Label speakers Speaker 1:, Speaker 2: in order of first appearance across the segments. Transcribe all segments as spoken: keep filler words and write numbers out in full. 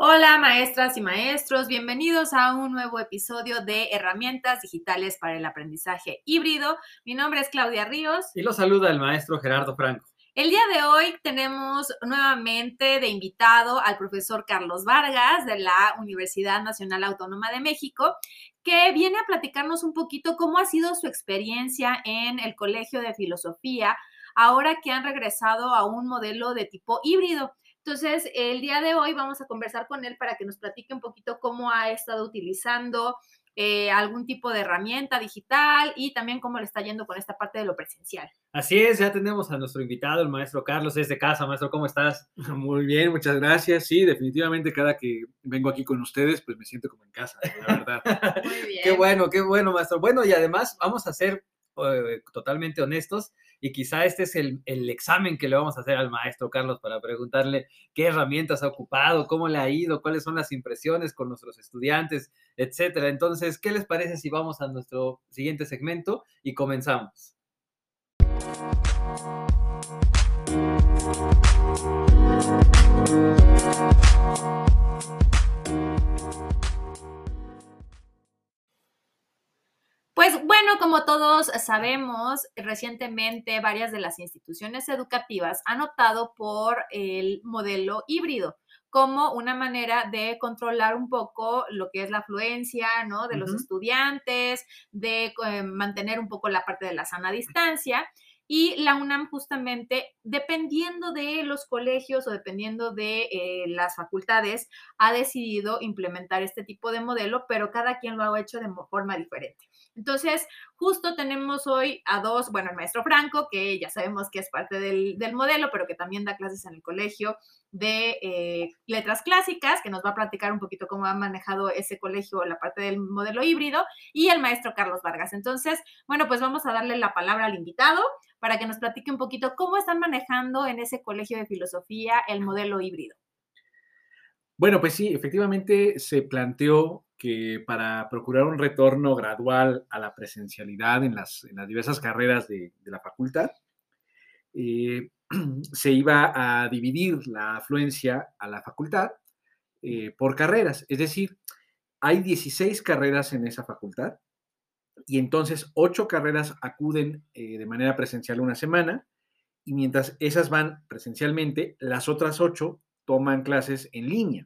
Speaker 1: Hola maestras y maestros, bienvenidos a un nuevo episodio de Herramientas Digitales para el Aprendizaje Híbrido. Mi nombre es Claudia Ríos.
Speaker 2: Y lo saluda el maestro Gerardo Franco.
Speaker 1: El día de hoy tenemos nuevamente de invitado al profesor Carlos Vargas de la Universidad Nacional Autónoma de México, que viene a platicarnos un poquito cómo ha sido su experiencia en el Colegio de Filosofía, ahora que han regresado a un modelo de tipo híbrido. Entonces, el día de hoy vamos a conversar con él para que nos platique un poquito cómo ha estado utilizando eh, algún tipo de herramienta digital y también cómo le está yendo con esta parte de lo presencial.
Speaker 2: Así es, ya tenemos a nuestro invitado, el maestro Carlos, es de casa. Maestro, ¿cómo estás?
Speaker 3: Muy bien, muchas gracias. Sí, definitivamente cada que vengo aquí con ustedes, pues me siento como en casa, la verdad.
Speaker 1: Muy bien.
Speaker 2: Qué bueno, qué bueno, maestro. Bueno, y además vamos a ser eh, totalmente honestos y quizá este es el, el examen que le vamos a hacer al maestro Carlos para preguntarle qué herramientas ha ocupado, cómo le ha ido, cuáles son las impresiones con nuestros estudiantes, etcétera. Entonces, ¿qué les parece si vamos a nuestro siguiente segmento y comenzamos?
Speaker 1: Pues bueno, como todos sabemos, recientemente varias de las instituciones educativas han optado por el modelo híbrido como una manera de controlar un poco lo que es la afluencia, ¿no? De los
Speaker 2: Ujú.
Speaker 1: estudiantes, de eh, mantener un poco la parte de la sana distancia. Y la UNAM justamente, dependiendo de los colegios o dependiendo de eh, las facultades, ha decidido implementar este tipo de modelo, pero cada quien lo ha hecho de forma diferente. Entonces, justo tenemos hoy a dos, bueno, el maestro Franco, que ya sabemos que es parte del, del modelo, pero que también da clases en el colegio de eh, letras clásicas, que nos va a platicar un poquito cómo ha manejado ese colegio, la parte del modelo híbrido, y el maestro Carlos Vargas. Entonces, bueno, pues vamos a darle la palabra al invitado para que nos platique un poquito cómo están manejando en ese colegio de filosofía el modelo híbrido.
Speaker 3: Bueno, pues sí, efectivamente se planteó que para procurar un retorno gradual a la presencialidad en las, en las diversas carreras de, de la facultad, eh, se iba a dividir la afluencia a la facultad eh, por carreras. Es decir, hay dieciséis carreras en esa facultad y entonces ocho carreras acuden eh, de manera presencial una semana y mientras esas van presencialmente, las otras ocho toman clases en línea.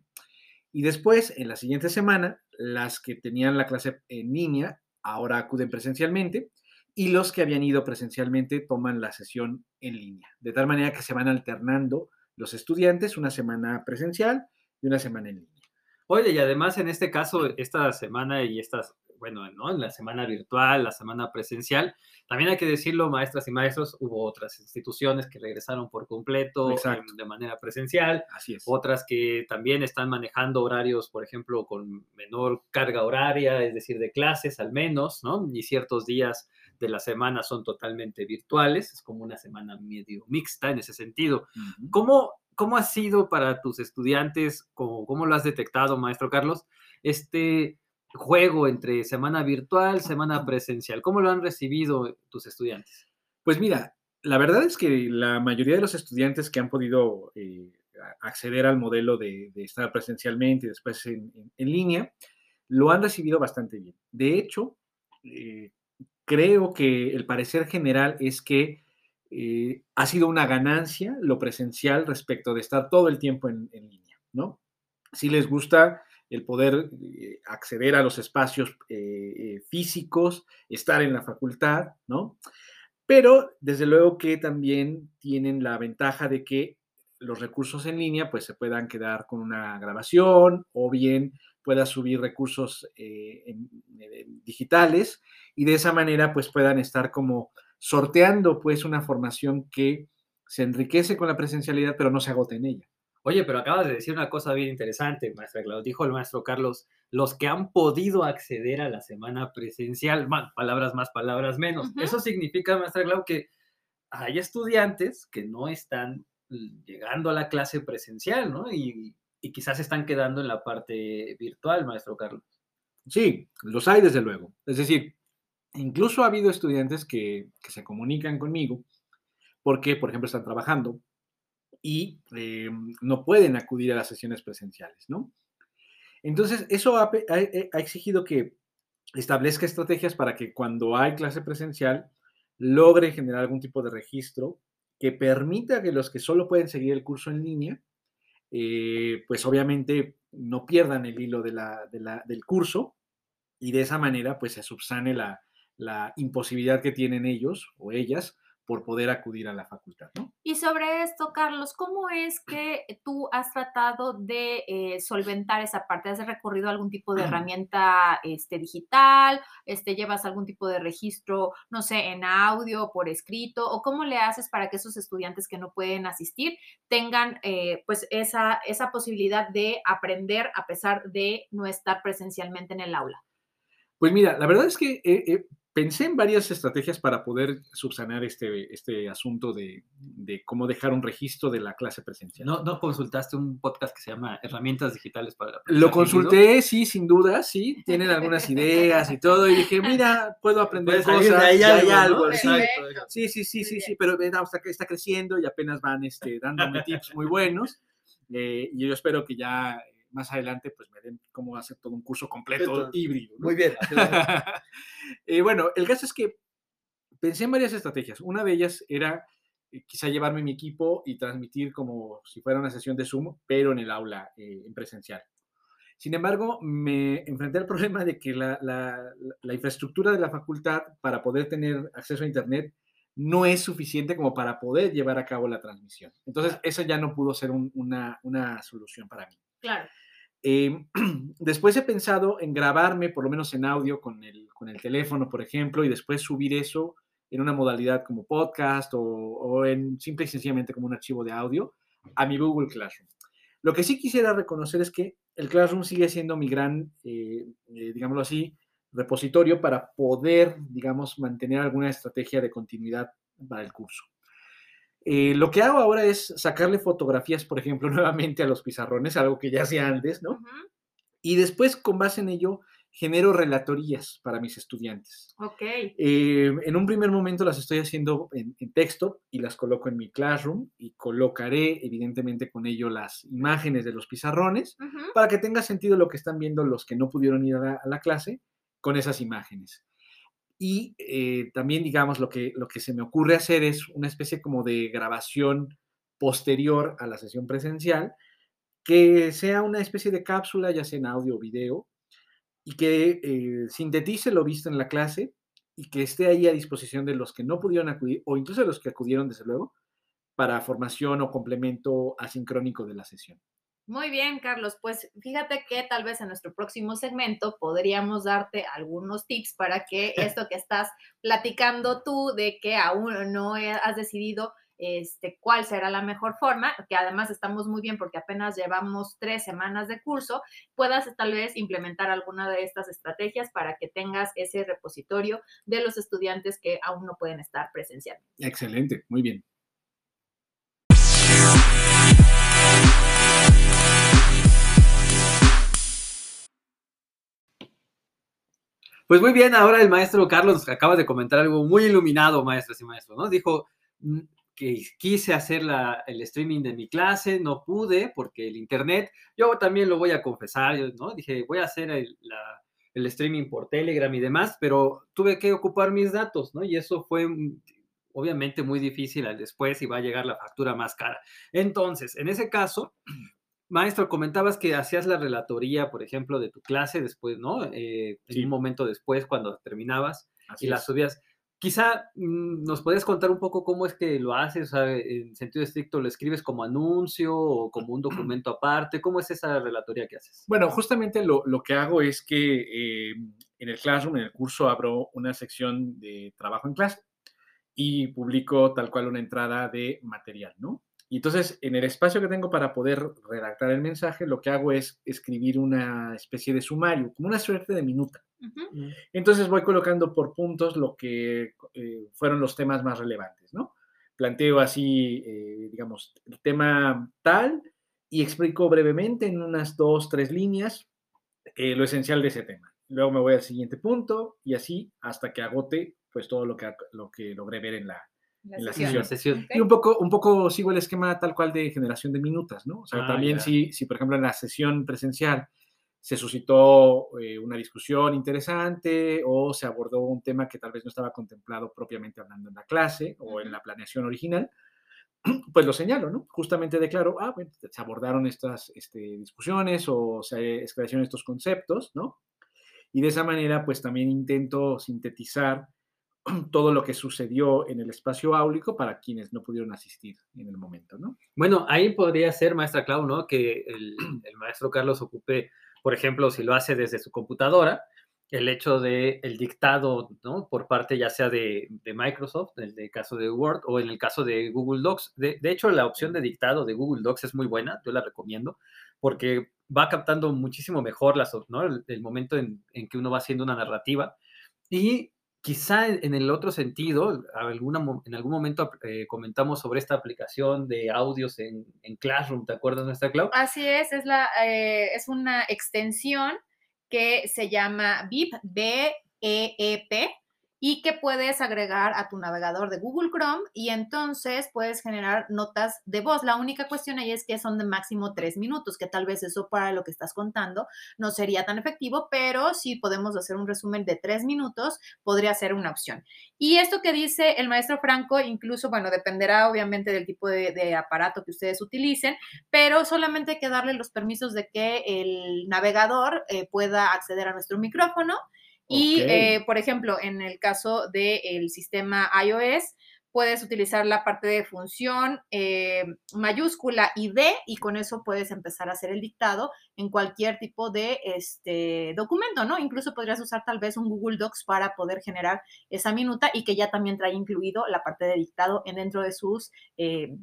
Speaker 3: Y después, en la siguiente semana, las que tenían la clase en línea ahora acuden presencialmente y los que habían ido presencialmente toman la sesión en línea. De tal manera que se van alternando los estudiantes una semana presencial y una semana en línea.
Speaker 2: Oye, y además en este caso, esta semana y estas, bueno, ¿no? En la semana virtual, la semana presencial, también hay que decirlo, maestras y maestros, hubo otras instituciones que regresaron por completo eh,
Speaker 3: Exacto.
Speaker 2: de manera presencial,
Speaker 3: Así es.
Speaker 2: otras que también están manejando horarios, por ejemplo, con menor carga horaria, es decir, de clases al menos, ¿no? Y ciertos días de la semana son totalmente virtuales, es como una semana medio mixta en ese sentido.
Speaker 3: Uh-huh.
Speaker 2: ¿Cómo, ¿Cómo ha sido para tus estudiantes, cómo, cómo lo has detectado, maestro Carlos, este juego entre semana virtual, semana presencial? ¿Cómo lo han recibido tus estudiantes?
Speaker 3: Pues mira, la verdad es que la mayoría de los estudiantes que han podido eh, acceder al modelo de, de, estar presencialmente y después en, en, en, línea, lo han recibido bastante bien. De hecho, eh, creo que el parecer general es que eh, ha sido una ganancia lo presencial respecto de estar todo el tiempo en, en línea, ¿no? Si les gusta el poder eh, acceder a los espacios eh, eh, físicos, estar en la facultad, ¿no? Pero desde luego que también tienen la ventaja de que los recursos en línea pues se puedan quedar con una grabación o bien puedas subir recursos eh, en, en, digitales y de esa manera pues puedan estar como sorteando pues una formación que se enriquece con la presencialidad pero no se agota en ella.
Speaker 2: Oye, pero acabas de decir una cosa bien interesante, maestra Claudia. Dijo el maestro Carlos, los que han podido acceder a la semana presencial, bueno, palabras más, palabras menos. Uh-huh. Eso significa, maestra Claudia, que hay estudiantes que no están llegando a la clase presencial, ¿no? Y, y quizás se están quedando en la parte virtual, maestro Carlos.
Speaker 3: Sí, los hay desde luego. Es decir, incluso ha habido estudiantes que, que se comunican conmigo porque, por ejemplo, están trabajando y eh, no pueden acudir a las sesiones presenciales, ¿no? Entonces, eso ha, ha, ha exigido que establezca estrategias para que cuando hay clase presencial logre generar algún tipo de registro que permita que los que solo pueden seguir el curso en línea, eh, pues obviamente no pierdan el hilo de la, de la, del curso y de esa manera pues se subsane la, la imposibilidad que tienen ellos o ellas por poder acudir a la facultad, ¿no?
Speaker 1: Y sobre esto, Carlos, ¿cómo es que tú has tratado de eh, solventar esa parte? ¿Has recurrido a algún tipo de herramienta este, digital? Este, ¿Llevas algún tipo de registro, no sé, en audio, por escrito? ¿O cómo le haces para que esos estudiantes que no pueden asistir tengan eh, pues esa, esa posibilidad de aprender a pesar de no estar presencialmente en el aula?
Speaker 3: Pues mira, la verdad es que eh, eh, pensé en varias estrategias para poder subsanar este, este asunto de, de cómo dejar un registro de la clase presencial.
Speaker 2: ¿No, ¿No consultaste un podcast que se llama Herramientas Digitales para la
Speaker 3: Lo consulté, sí, sin duda, sí, tienen algunas ideas y todo, y dije, mira, puedo aprender cosas,
Speaker 2: de ahí
Speaker 3: ya hay
Speaker 2: algo,
Speaker 3: algo,
Speaker 2: ¿no?
Speaker 3: sí,
Speaker 2: Exacto.
Speaker 3: sí, sí, sí, sí, sí, pero mira, está, está creciendo y apenas van este, dándome tips muy buenos, eh, y yo espero que ya más adelante pues me den cómo hacer todo un curso completo
Speaker 2: Todo.
Speaker 3: híbrido, ¿no?
Speaker 2: Muy bien.
Speaker 3: eh, bueno, el caso es que pensé en varias estrategias. Una de ellas era eh, quizá llevarme mi equipo y transmitir como si fuera una sesión de Zoom, pero en el aula, eh, en presencial. Sin embargo, me enfrenté al problema de que la, la, la infraestructura de la facultad para poder tener acceso a Internet no es suficiente como para poder llevar a cabo la transmisión. Entonces, eso ya no pudo ser un, una, una solución para mí.
Speaker 1: Claro.
Speaker 3: Eh, después he pensado en grabarme, por lo menos en audio, con el, con el teléfono, por ejemplo, y después subir eso en una modalidad como podcast o, o en simple y sencillamente como un archivo de audio a mi Google Classroom. Lo que sí quisiera reconocer es que el Classroom sigue siendo mi gran, eh, eh, digámoslo así, repositorio para poder, digamos, mantener alguna estrategia de continuidad para el curso. Eh, lo que hago ahora es sacarle fotografías, por ejemplo, nuevamente a los pizarrones, algo que ya hacía antes, ¿no?
Speaker 1: Uh-huh.
Speaker 3: Y después, con base en ello, genero relatorías para mis estudiantes.
Speaker 1: Ok.
Speaker 3: Eh, en un primer momento las estoy haciendo en, en texto y las coloco en mi Classroom y colocaré, evidentemente, con ello las imágenes de los pizarrones
Speaker 1: Uh-huh.
Speaker 3: para que tenga sentido lo que están viendo los que no pudieron ir a la, a la clase con esas imágenes. Y eh, también, digamos, lo que, lo que se me ocurre hacer es una especie como de grabación posterior a la sesión presencial, que sea una especie de cápsula, ya sea en audio o video, y que eh, sintetice lo visto en la clase y que esté ahí a disposición de los que no pudieron acudir, o incluso de los que acudieron, desde luego, para formación o complemento asincrónico de la sesión.
Speaker 1: Muy bien, Carlos. Pues fíjate que tal vez en nuestro próximo segmento podríamos darte algunos tips para que esto que estás platicando tú de que aún no has decidido este, cuál será la mejor forma, que además estamos muy bien porque apenas llevamos tres semanas de curso, puedas tal vez implementar alguna de estas estrategias para que tengas ese repositorio de los estudiantes que aún no pueden estar presencialmente.
Speaker 3: Excelente, muy bien.
Speaker 2: Pues muy bien, ahora el maestro Carlos nos acaba de comentar algo muy iluminado, maestros y maestros, ¿no? Dijo que quise hacer la, el streaming de mi clase, no pude porque el internet, yo también lo voy a confesar, ¿no? Dije, voy a hacer el, la, el streaming por Telegram y demás, pero tuve que ocupar mis datos, ¿no? Y eso fue obviamente muy difícil al después y va a llegar la factura más cara. Entonces, en ese caso, maestro, comentabas que hacías la relatoría, por ejemplo, de tu clase después, ¿no? Eh, en
Speaker 3: Sí.
Speaker 2: un momento después, cuando terminabas
Speaker 3: Así
Speaker 2: y la
Speaker 3: es.
Speaker 2: subías. Quizá mmm, nos podrías contar un poco cómo es que lo haces, o sea, en sentido estricto, ¿lo escribes como anuncio o como un documento aparte? ¿Cómo es esa relatoría que haces?
Speaker 3: Bueno, justamente lo, lo que hago es que eh, en el Classroom, en el curso, abro una sección de trabajo en clase y publico tal cual una entrada de material, ¿no? Y entonces, en el espacio que tengo para poder redactar el mensaje, lo que hago es escribir una especie de sumario, como una suerte de minuta. Uh-huh. Entonces voy colocando por puntos lo que eh, fueron los temas más relevantes, ¿no? Planteo así, eh, digamos, el tema tal y explico brevemente en unas dos, tres líneas eh, lo esencial de ese tema. Luego me voy al siguiente punto y así hasta que agote pues todo lo que, lo que logré ver en la,
Speaker 1: La
Speaker 3: en la
Speaker 1: sesión.
Speaker 3: sesión.
Speaker 2: La sesión.
Speaker 3: Okay. Y un poco, un poco sigo el esquema tal cual de generación de minutas, ¿no? O sea,
Speaker 2: Ah,
Speaker 3: también
Speaker 2: ya.
Speaker 3: si, si, por ejemplo, en la sesión presencial se suscitó eh, una discusión interesante o se abordó un tema que tal vez no estaba contemplado propiamente hablando en la clase o en la planeación original, pues lo señalo, ¿no? Justamente declaro, ah, bueno, se abordaron estas este, discusiones o se esclarecieron estos conceptos, ¿no? Y de esa manera, pues también intento sintetizar todo lo que sucedió en el espacio áulico para quienes no pudieron asistir en el momento, ¿no?
Speaker 2: Bueno, ahí podría ser, maestra Clau, ¿no? Que el, el maestro Carlos ocupe, por ejemplo, si lo hace desde su computadora, el hecho de el dictado, ¿no? Por parte ya sea de, de Microsoft, en el caso de Word, o en el caso de Google Docs. De, de hecho, la opción de dictado de Google Docs es muy buena, yo la recomiendo, porque va captando muchísimo mejor las, ¿no? el, el momento en, en que uno va haciendo una narrativa. Y quizá en el otro sentido, alguna, en algún momento eh, comentamos sobre esta aplicación de audios en, en Classroom, ¿te acuerdas, nuestra Clau?
Speaker 1: Así es, es, la, eh, es una extensión que se llama B E E P, B E E P, y que puedes agregar a tu navegador de Google Chrome y entonces puedes generar notas de voz. La única cuestión ahí es que son de máximo tres minutos, que tal vez eso para lo que estás contando no sería tan efectivo, pero si podemos hacer un resumen de tres minutos, podría ser una opción. Y esto que dice el maestro Franco, incluso, bueno, dependerá obviamente del tipo de, de aparato que ustedes utilicen, pero solamente hay que darle los permisos de que el navegador eh, pueda acceder a nuestro micrófono. Y,
Speaker 3: okay.
Speaker 1: eh, por ejemplo, en el caso del sistema iOS, puedes utilizar la parte de función eh, mayúscula y D, y con eso puedes empezar a hacer el dictado en cualquier tipo de este, documento, ¿no? Incluso podrías usar tal vez un Google Docs para poder generar esa minuta y que ya también trae incluido la parte de dictado en dentro de sus eh,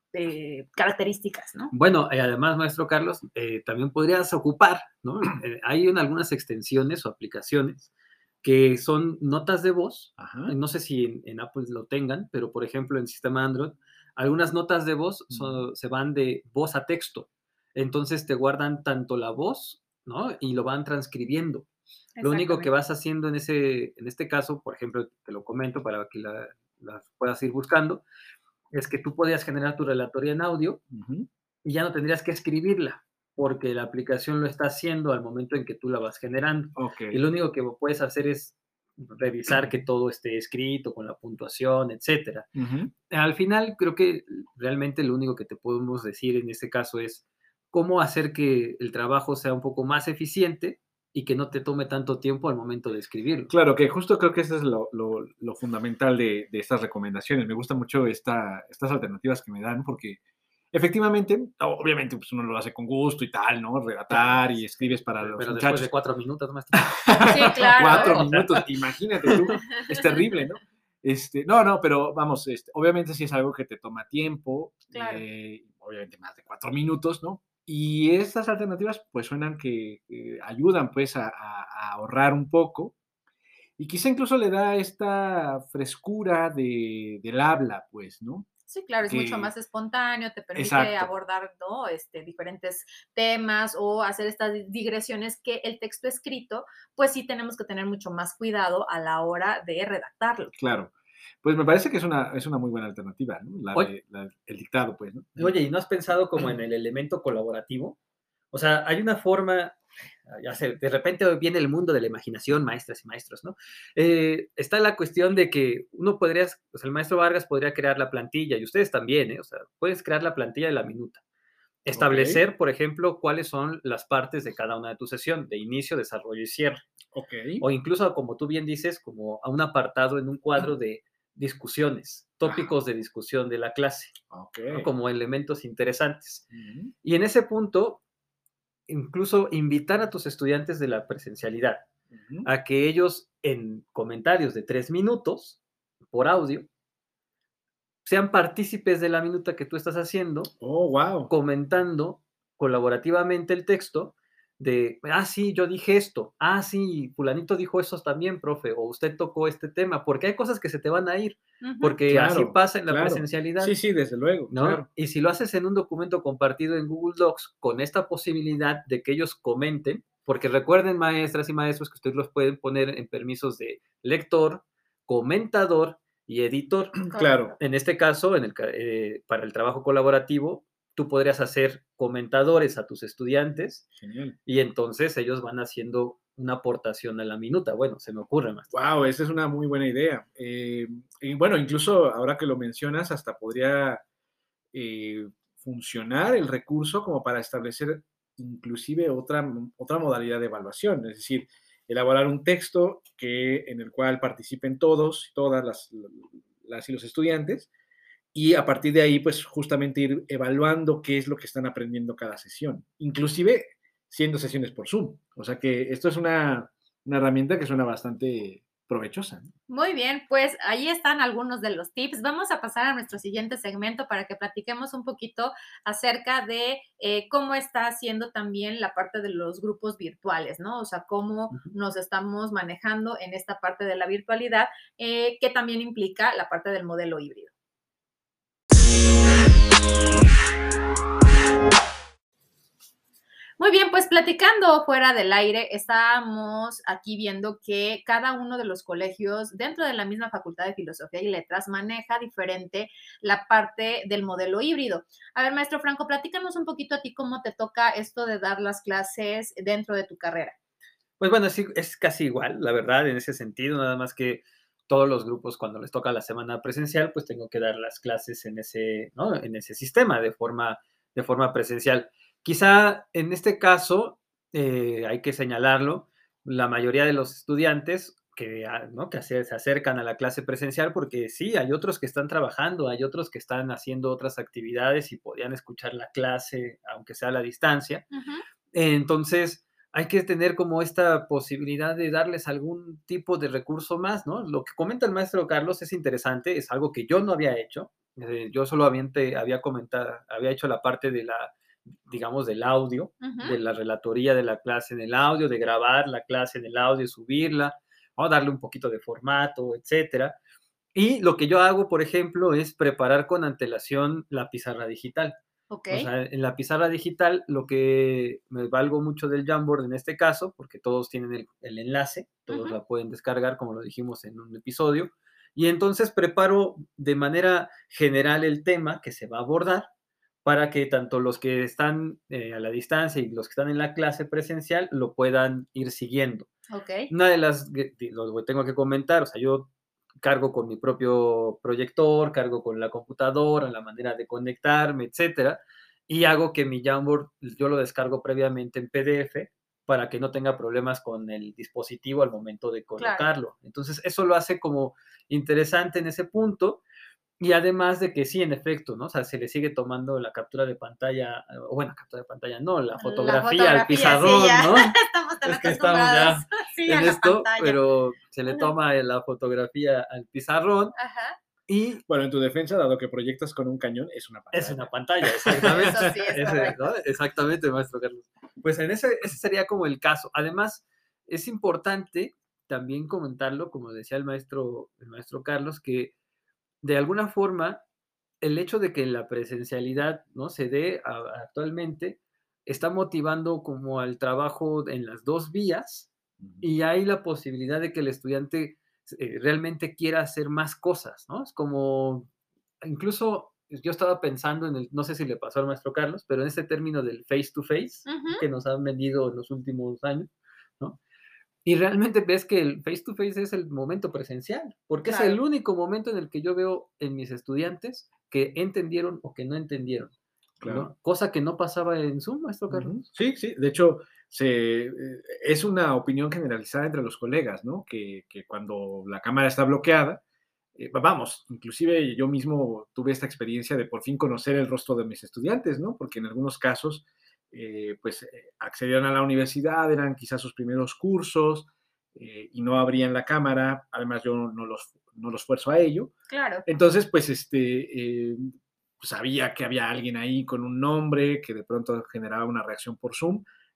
Speaker 1: eh, características, ¿no?
Speaker 2: Bueno, eh, además, maestro Carlos, eh, también podrías ocupar, ¿no? Eh, hay en algunas extensiones o aplicaciones que son notas de voz.
Speaker 3: Ajá.
Speaker 2: No sé si en, en Apple lo tengan, pero por ejemplo en el sistema Android, algunas notas de voz son, se van de voz a texto. Entonces te guardan tanto la voz, ¿no? Y lo van transcribiendo. Lo único que vas haciendo en, ese, en este caso, por ejemplo, te lo comento para que la, la puedas ir buscando, es que tú podías generar tu relatoría en audio
Speaker 3: uh-huh.
Speaker 2: y ya no tendrías que escribirla, porque la aplicación lo está haciendo al momento en que tú la vas generando.
Speaker 3: Okay.
Speaker 2: Y lo único que puedes hacer es revisar que todo esté escrito con la puntuación, etcétera.
Speaker 3: Uh-huh.
Speaker 2: Al final, creo que realmente lo único que te podemos decir en este caso es cómo hacer que el trabajo sea un poco más eficiente y que no te tome tanto tiempo al momento de escribirlo.
Speaker 3: Claro, que justo creo que eso es lo, lo, lo fundamental de, de estas recomendaciones. Me gustan mucho esta, estas alternativas que me dan porque efectivamente, obviamente, pues uno lo hace con gusto y tal, ¿no? Relatar y escribes para
Speaker 2: pero,
Speaker 3: los
Speaker 2: pero
Speaker 3: muchachos.
Speaker 2: Después de cuatro minutos más.
Speaker 1: Sí, claro.
Speaker 3: Cuatro minutos, imagínate tú, es terrible, ¿no? Este, no, no, pero vamos, este, obviamente sí es algo que te toma tiempo,
Speaker 1: claro.
Speaker 3: eh, obviamente más de cuatro minutos, ¿no? Y estas alternativas pues suenan que eh, ayudan pues a, a, a ahorrar un poco y quizá incluso le da esta frescura de, del habla, pues, ¿no?
Speaker 1: Sí, claro, es
Speaker 3: que,
Speaker 1: mucho más espontáneo, te permite
Speaker 3: exacto.
Speaker 1: abordar, ¿no? este, diferentes temas o hacer estas digresiones que el texto escrito, pues sí tenemos que tener mucho más cuidado a la hora de redactarlo.
Speaker 3: Claro. Pues me parece que es una, es una muy buena alternativa, ¿no? La de, la, el dictado, pues, ¿no?
Speaker 2: Oye, ¿y no has pensado como en el elemento colaborativo? O sea, hay una forma, ya sé, de repente viene el mundo de la imaginación, maestras y maestros, ¿no? Eh, está la cuestión de que uno podría, o sea, el maestro Vargas podría crear la plantilla, y ustedes también, ¿eh? O sea, puedes crear la plantilla de la minuta. Establecer, okay. por ejemplo, cuáles son las partes de cada una de tu sesión, de inicio, desarrollo y cierre.
Speaker 3: Okay.
Speaker 2: O incluso, como tú bien dices, como a un apartado en un cuadro de discusiones, tópicos Ajá. de discusión de la clase,
Speaker 3: okay.
Speaker 2: ¿no? Como elementos interesantes.
Speaker 3: Uh-huh.
Speaker 2: Y en ese punto, incluso invitar a tus estudiantes de la presencialidad uh-huh. a que ellos en comentarios de tres minutos por audio sean partícipes de la minuta que tú estás haciendo,
Speaker 3: oh, wow.
Speaker 2: comentando colaborativamente el texto de, ah, sí, yo dije esto, ah, sí, fulanito dijo eso también, profe, o usted tocó este tema, porque hay cosas que se te van a ir, uh-huh. porque claro, así pasa en la
Speaker 3: claro.
Speaker 2: presencialidad.
Speaker 3: Sí, sí, desde luego,
Speaker 2: ¿no?
Speaker 3: Claro.
Speaker 2: Y si lo haces en un documento compartido en Google Docs, con esta posibilidad de que ellos comenten, porque recuerden, maestras y maestros, que ustedes los pueden poner en permisos de lector, comentador y editor.
Speaker 3: Claro.
Speaker 2: En este caso, en el, eh, para el trabajo colaborativo, tú podrías hacer comentadores a tus estudiantes.
Speaker 3: Genial.
Speaker 2: Y entonces ellos van haciendo una aportación a la minuta. Bueno, se me ocurre más.
Speaker 3: Wow, esa es una muy buena idea. Eh, y bueno, incluso ahora que lo mencionas, hasta podría eh, funcionar el recurso como para establecer inclusive otra, otra modalidad de evaluación, es decir, elaborar un texto que, en el cual participen todos, todas las, las y los estudiantes, y a partir de ahí, pues justamente ir evaluando qué es lo que están aprendiendo cada sesión, inclusive siendo sesiones por Zoom. O sea que esto es una, una herramienta que suena bastante provechosa, ¿no?
Speaker 1: Muy bien, pues ahí están algunos de los tips. Vamos a pasar a nuestro siguiente segmento para que platiquemos un poquito acerca de eh, cómo está haciendo también la parte de los grupos virtuales, ¿no? O sea, cómo
Speaker 2: Ujú.
Speaker 1: nos estamos manejando en esta parte de la virtualidad, eh, que también implica la parte del modelo híbrido. Muy bien, pues platicando fuera del aire, estábamos aquí viendo que cada uno de los colegios dentro de la misma Facultad de Filosofía y Letras maneja diferente la parte del modelo híbrido. A ver, maestro Franco, platícanos un poquito a ti cómo te toca esto de dar las clases dentro de tu carrera.
Speaker 2: Pues bueno, sí, es casi igual, la verdad, en ese sentido, nada más que todos los grupos, cuando les toca la semana presencial, pues tengo que dar las clases en ese, ¿no? En ese sistema de forma, de forma presencial. Quizá en este caso, eh, hay que señalarlo, la mayoría de los estudiantes que, ah, ¿no? que se, se acercan a la clase presencial, porque sí, hay otros que están trabajando, hay otros que están haciendo otras actividades y podían escuchar la clase, aunque sea a la distancia.
Speaker 1: Ujú.
Speaker 2: Entonces, hay que tener como esta posibilidad de darles algún tipo de recurso más, ¿no? Lo que comenta el maestro Carlos es interesante, es algo que yo no había hecho. Eh, yo solamente había comentado, había hecho la parte de la, digamos, del audio,
Speaker 1: Ujú.
Speaker 2: de la relatoría de la clase en el audio, de grabar la clase en el audio, subirla, ¿no? Darle un poquito de formato, etcétera. Y lo que yo hago, por ejemplo, es preparar con antelación la pizarra digital.
Speaker 1: Ok,
Speaker 2: O sea, en la pizarra digital, lo que me valgo mucho del Jamboard en este caso, porque todos tienen el, el enlace, todos
Speaker 1: ujú,
Speaker 2: la pueden descargar, como lo dijimos en un episodio, y entonces preparo de manera general el tema que se va a abordar para que tanto los que están eh, a la distancia y los que están en la clase presencial lo puedan ir siguiendo.
Speaker 1: ok,
Speaker 2: Una de las, que- lo que tengo que comentar, o sea, yo cargo con mi propio proyector, cargo con la computadora, la manera de conectarme, etcétera, y hago que mi Jamboard yo lo descargo previamente en P D F para que no tenga problemas con el dispositivo al momento de
Speaker 1: claro.
Speaker 2: colocarlo. Entonces, eso lo hace como interesante en ese punto. Y además de que sí, en efecto, ¿no? O sea, se le sigue tomando la captura de pantalla, o bueno, captura de pantalla, no, la
Speaker 1: La
Speaker 2: fotografía al
Speaker 1: fotografía, sí,
Speaker 2: pizarrón,
Speaker 1: ya
Speaker 2: ¿no?
Speaker 1: estamos tan
Speaker 2: Es que estamos
Speaker 1: acostumbrados,
Speaker 2: ya
Speaker 1: sí, a
Speaker 2: en
Speaker 1: la
Speaker 2: esto,
Speaker 1: pantalla.
Speaker 2: pero se le
Speaker 1: Ajá,
Speaker 2: toma la fotografía al pizarrón
Speaker 1: ajá.
Speaker 2: y
Speaker 3: Bueno, en tu defensa, dado que proyectas con un cañón, es una
Speaker 2: es una
Speaker 3: pantalla.
Speaker 2: pantalla, exactamente.
Speaker 1: Eso sí es
Speaker 2: Ese,
Speaker 1: correcto.
Speaker 2: ¿no? Exactamente, maestro Carlos. Pues en ese, ese sería como el caso. Además, es importante también comentarlo, como decía el maestro, el maestro Carlos, que de alguna forma el hecho de que la presencialidad, ¿no? Se dé a- actualmente está motivando como al trabajo en las dos vías
Speaker 3: Ujú.
Speaker 2: y hay la posibilidad de que el estudiante eh, realmente quiera hacer más cosas, ¿no? Es como, incluso yo estaba pensando en el, no sé si le pasó al maestro Carlos, pero en este término del face to face
Speaker 1: Ujú,
Speaker 2: que nos han vendido en los últimos años, ¿no? Y realmente ves que el face to face es el momento presencial, porque es el
Speaker 1: claro.
Speaker 2: único momento en el que yo veo en mis estudiantes que entendieron o que no entendieron,
Speaker 3: Claro.
Speaker 2: ¿no? Cosa que no pasaba en Zoom, maestro
Speaker 3: Ujú.
Speaker 2: Carlos.
Speaker 3: Sí, sí. De hecho, se, eh, es una opinión generalizada entre los colegas, ¿no? Que, que cuando la cámara está bloqueada, eh, vamos, inclusive yo mismo tuve esta experiencia de por fin conocer el rostro de mis estudiantes, ¿no? Porque en algunos casos, eh, pues, eh, accedieron a la universidad, eran quizás sus primeros cursos eh, y no abrían la cámara. Además, yo no los, no los fuerzo a ello.
Speaker 1: Claro.
Speaker 3: Entonces, pues, este, eh, sabía que había alguien ahí con un nombre que de pronto generaba una reacción por Zoom,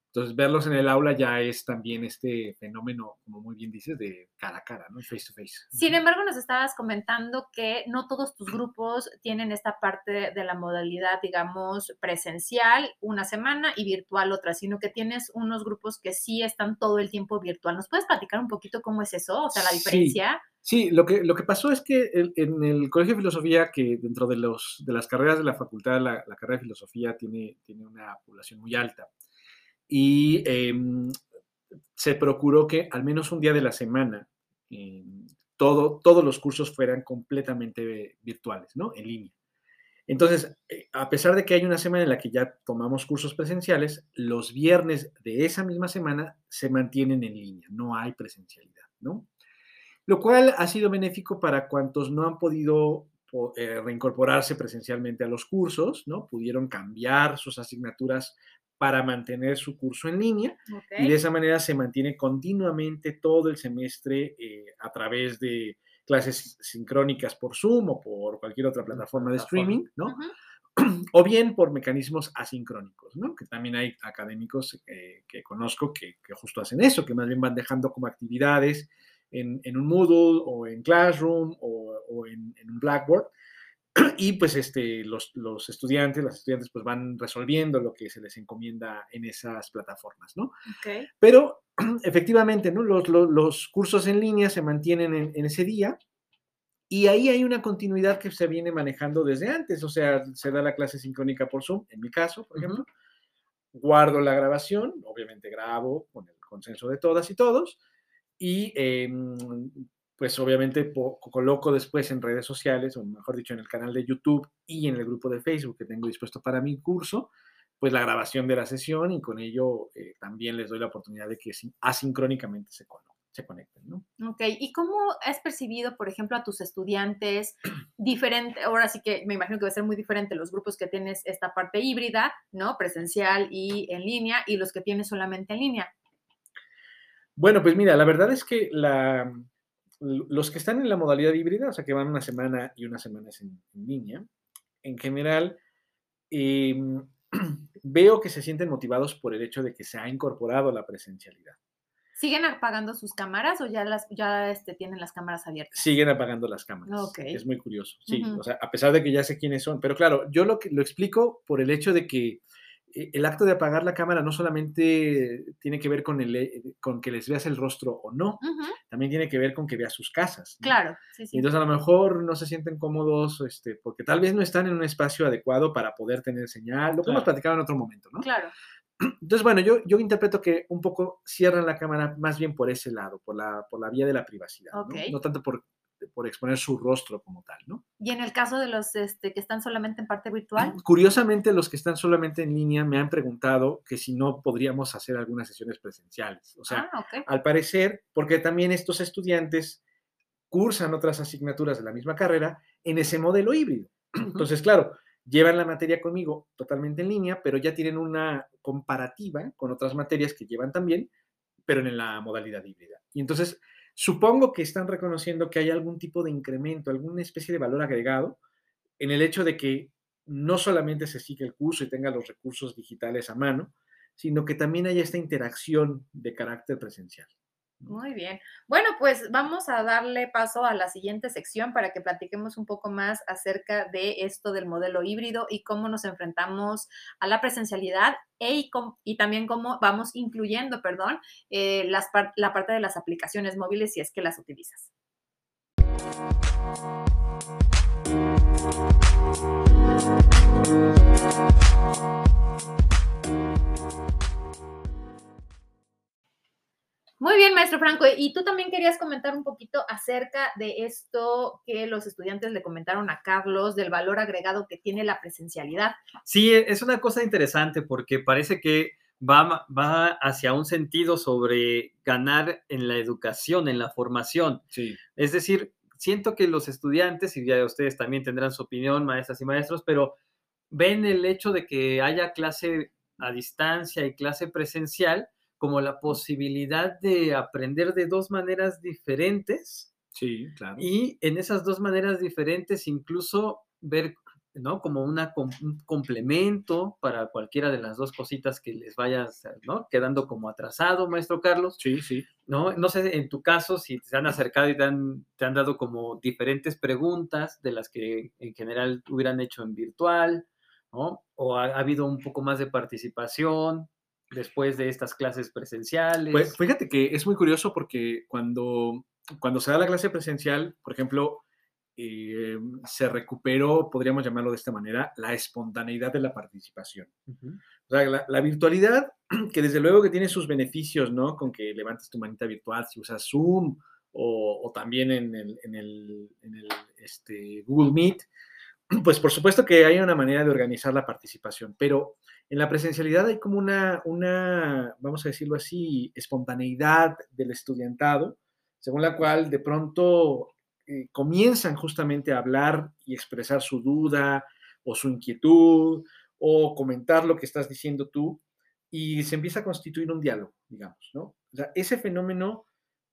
Speaker 3: Entonces, verlos en el aula ya es también este fenómeno, como muy bien dices, de cara a cara, ¿no? Face to face.
Speaker 1: Sin embargo, nos estabas comentando que no todos tus grupos tienen esta parte de la modalidad, digamos, presencial una semana y virtual otra, sino que tienes unos grupos que sí están todo el tiempo virtual. ¿Nos puedes platicar un poquito cómo es eso? O sea, la diferencia.
Speaker 3: Sí, sí lo, que, lo que pasó es que el, en el Colegio de Filosofía, que dentro de, los, de las carreras de la facultad, la, la carrera de Filosofía tiene, tiene una población muy alta. Y eh, se procuró que al menos un día de la semana eh, todo, todos los cursos fueran completamente virtuales, ¿no? En línea. Entonces, eh, a pesar de que hay una semana en la que ya tomamos cursos presenciales, los viernes de esa misma semana se mantienen en línea, no hay presencialidad, ¿no? Lo cual ha sido benéfico para cuantos no han podido eh, reincorporarse presencialmente a los cursos, ¿no? Pudieron cambiar sus asignaturas para mantener su curso en línea, okay. Y de esa manera se mantiene continuamente todo el semestre eh, a través de clases sincrónicas por Zoom o por cualquier otra plataforma de streaming, ¿no? Uh-huh. O bien por mecanismos asincrónicos, ¿no? Que también hay académicos eh, que conozco que, que justo hacen eso, que más bien van dejando como actividades en, en un Moodle o en Classroom o, o en, en un Blackboard. Y pues este, los, los estudiantes, las estudiantes pues van resolviendo lo que se les encomienda en esas plataformas, ¿no?
Speaker 1: Okay.
Speaker 3: Pero efectivamente, ¿no? Los, los, los cursos en línea se mantienen en, en ese día y ahí hay una continuidad que se viene manejando desde antes, o sea, se da la clase sincrónica por Zoom, en mi caso, por ejemplo, uh-huh. Guardo la grabación, obviamente grabo con el consenso de todas y todos, y eh, pues obviamente po- coloco después en redes sociales, o mejor dicho, en el canal de YouTube y en el grupo de Facebook que tengo dispuesto para mi curso, pues la grabación de la sesión y con ello eh, también les doy la oportunidad de que asincrónicamente se, con- se conecten, ¿no?
Speaker 1: Ok, ¿y cómo has percibido, por ejemplo, a tus estudiantes diferente? Ahora sí que me imagino que va a ser muy diferente los grupos que tienes esta parte híbrida, ¿no? Presencial y en línea, y los que tienes solamente en línea.
Speaker 3: Bueno, pues mira, la verdad es que la, los que están en la modalidad híbrida, o sea, que van una semana y una semana es en, en línea, en general, eh, veo que se sienten motivados por el hecho de que se ha incorporado la presencialidad.
Speaker 1: ¿Siguen apagando sus cámaras o ya, las, ya este, tienen las cámaras abiertas?
Speaker 3: Siguen apagando las cámaras.
Speaker 1: Okay.
Speaker 3: Es muy curioso, sí.
Speaker 1: Uh-huh.
Speaker 3: O sea, a pesar de que ya sé quiénes son. Pero claro, yo lo, que, lo explico por el hecho de que el acto de apagar la cámara no solamente tiene que ver con, el, con que les veas el rostro o no,
Speaker 1: uh-huh.
Speaker 3: También tiene que ver con que veas sus casas, ¿no?
Speaker 1: Claro, sí, sí.
Speaker 3: Y entonces a lo mejor no se sienten cómodos este, porque tal vez no están en un espacio adecuado para poder tener señal, lo que claro. hemos platicado en otro momento, ¿no?
Speaker 1: Claro.
Speaker 3: Entonces, bueno, yo, yo interpreto que un poco cierran la cámara más bien por ese lado, por la, por la vía de la privacidad, okay. ¿no? No tanto por, por exponer su rostro como tal, ¿no?
Speaker 1: ¿Y en el caso de los este, que están solamente en parte virtual?
Speaker 3: Curiosamente, los que están solamente en línea me han preguntado que si no podríamos hacer algunas sesiones presenciales. O sea,
Speaker 1: ah, okay.
Speaker 3: al parecer, porque también estos estudiantes cursan otras asignaturas de la misma carrera en ese modelo híbrido. Uh-huh. Entonces, claro, llevan la materia conmigo totalmente en línea, pero ya tienen una comparativa con otras materias que llevan también, pero en la modalidad híbrida. Y entonces, supongo que están reconociendo que hay algún tipo de incremento, alguna especie de valor agregado en el hecho de que no solamente se sigue el curso y tenga los recursos digitales a mano, sino que también haya esta interacción de carácter presencial.
Speaker 1: Muy bien. Bueno, pues vamos a darle paso a la siguiente sección para que platiquemos un poco más acerca de esto del modelo híbrido y cómo nos enfrentamos a la presencialidad e, y también cómo vamos incluyendo, perdón, eh, las, la parte de las aplicaciones móviles si es que las utilizas. Muy bien, maestro Franco. Y tú también querías comentar un poquito acerca de esto que los estudiantes le comentaron a Carlos, del valor agregado que tiene la presencialidad.
Speaker 2: Sí, es una cosa interesante porque parece que va, va hacia un sentido sobre ganar en la educación, en la formación.
Speaker 3: Sí.
Speaker 2: Es decir, siento que los estudiantes, y ya ustedes también tendrán su opinión, maestras y maestros, pero ven el hecho de que haya clase a distancia y clase presencial como la posibilidad de aprender de dos maneras diferentes.
Speaker 3: Sí, claro.
Speaker 2: Y en esas dos maneras diferentes incluso ver ¿no? Como una, un complemento para cualquiera de las dos cositas que les vaya, ¿no? Quedando como atrasado, maestro Carlos.
Speaker 3: Sí, sí.
Speaker 2: ¿No? No sé, en tu caso, si te han acercado y te han, te han dado como diferentes preguntas de las que en general hubieran hecho en virtual, ¿no? O ha, ha habido un poco más de participación después de estas clases presenciales.
Speaker 3: Pues fíjate que es muy curioso porque cuando, cuando se da la clase presencial, por ejemplo, eh, se recuperó, podríamos llamarlo de esta manera, la espontaneidad de la participación. Uh-huh. O sea, la, la, virtualidad, que desde luego que tiene sus beneficios, ¿no? Con que levantes tu manita virtual si usas Zoom o, o también en el, en el, en el este, Google Meet, pues por supuesto que hay una manera de organizar la participación, pero en la presencialidad hay como una, una, vamos a decirlo así, espontaneidad del estudiantado, según la cual de pronto eh, comienzan justamente a hablar y expresar su duda o su inquietud o comentar lo que estás diciendo tú y se empieza a constituir un diálogo, digamos, ¿no? O sea, ese fenómeno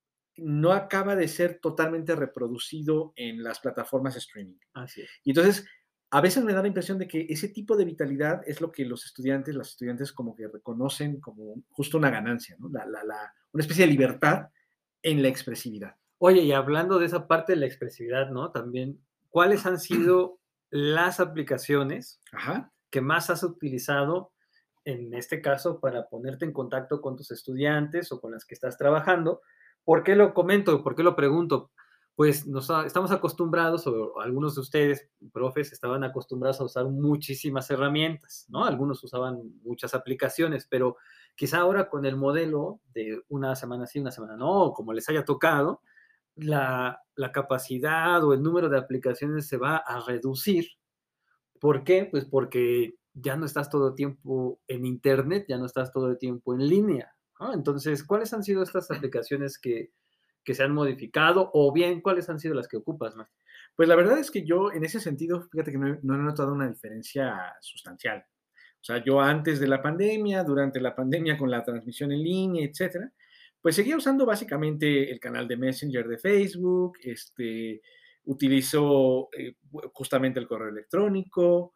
Speaker 3: no acaba de ser totalmente reproducido en las plataformas streaming.
Speaker 2: Así es.
Speaker 3: Y entonces, a veces me da la impresión de que ese tipo de vitalidad es lo que los estudiantes, las estudiantes como que reconocen como justo una ganancia, ¿no? La, la, la, una especie de libertad en la expresividad.
Speaker 2: Oye, y hablando de esa parte de la expresividad, ¿no? También, ¿cuáles han sido las aplicaciones
Speaker 3: Ajá.
Speaker 2: que más has utilizado en este caso para ponerte en contacto con tus estudiantes o con las que estás trabajando? ¿Por qué lo comento? ¿Por qué lo pregunto? Pues nos, estamos acostumbrados, o algunos de ustedes, profes, estaban acostumbrados a usar muchísimas herramientas, ¿no? Algunos usaban muchas aplicaciones, pero quizá ahora con el modelo de una semana sí, una semana no, como les haya tocado, la, la capacidad o el número de aplicaciones se va a reducir. ¿Por qué? Pues porque ya no estás todo el tiempo en internet, ya no estás todo el tiempo en línea, ¿no? Entonces, ¿cuáles han sido estas aplicaciones que, que se han modificado o bien cuáles han sido las que ocupas más?
Speaker 3: Pues la verdad es que yo en ese sentido, fíjate que no he, no he notado una diferencia sustancial. O sea, yo antes de la pandemia, durante la pandemia con la transmisión en línea, etcétera, pues seguía usando básicamente el canal de Messenger de Facebook, este, utilizo eh, justamente el correo electrónico